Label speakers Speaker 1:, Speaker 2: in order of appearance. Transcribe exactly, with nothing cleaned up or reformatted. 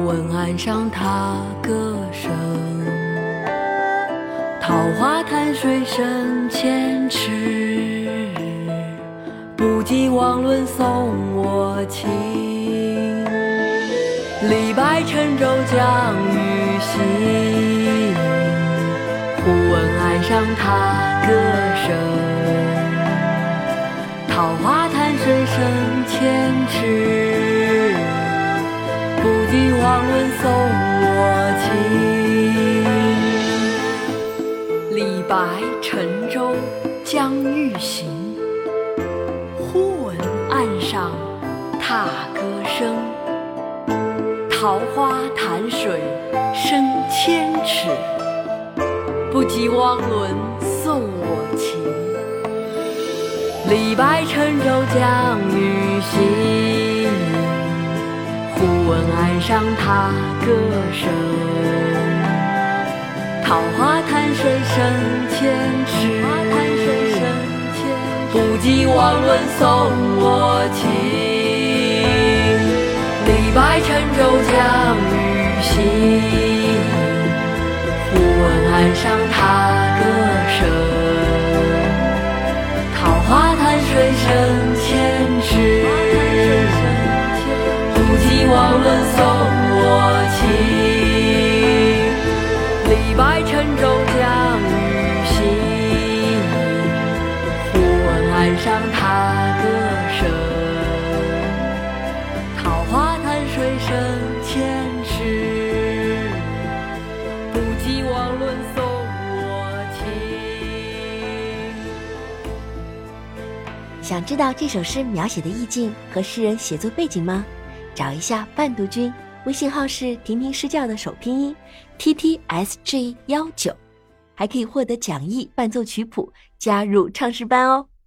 Speaker 1: 闻岸上踏歌声，桃花潭水深千尺，不及汪伦送我情。李白乘舟将欲行，忽闻岸上踏歌声。桃花潭水深千尺，不及汪伦送我情。李白乘舟将欲行，忽闻岸上踏歌声。桃花潭水深千尺，不及汪伦送我情。李白乘舟将欲行，忽闻岸上踏歌声。桃花潭水深千尺，不及汪伦送我情。李白乘舟将欲行，忽闻岸上踏歌声。桃花潭水深千尺，不及汪伦送我情。李白乘舟将欲行，忽闻岸上踏歌声。桃花潭水深千尺，不及汪伦送我情。
Speaker 2: 想知道这首诗描写的意境和诗人写作背景吗？找一下伴读君，微信号是婷婷诗教的首拼音 T T S G 一九，还可以获得讲义、伴奏曲谱，加入唱诗班哦。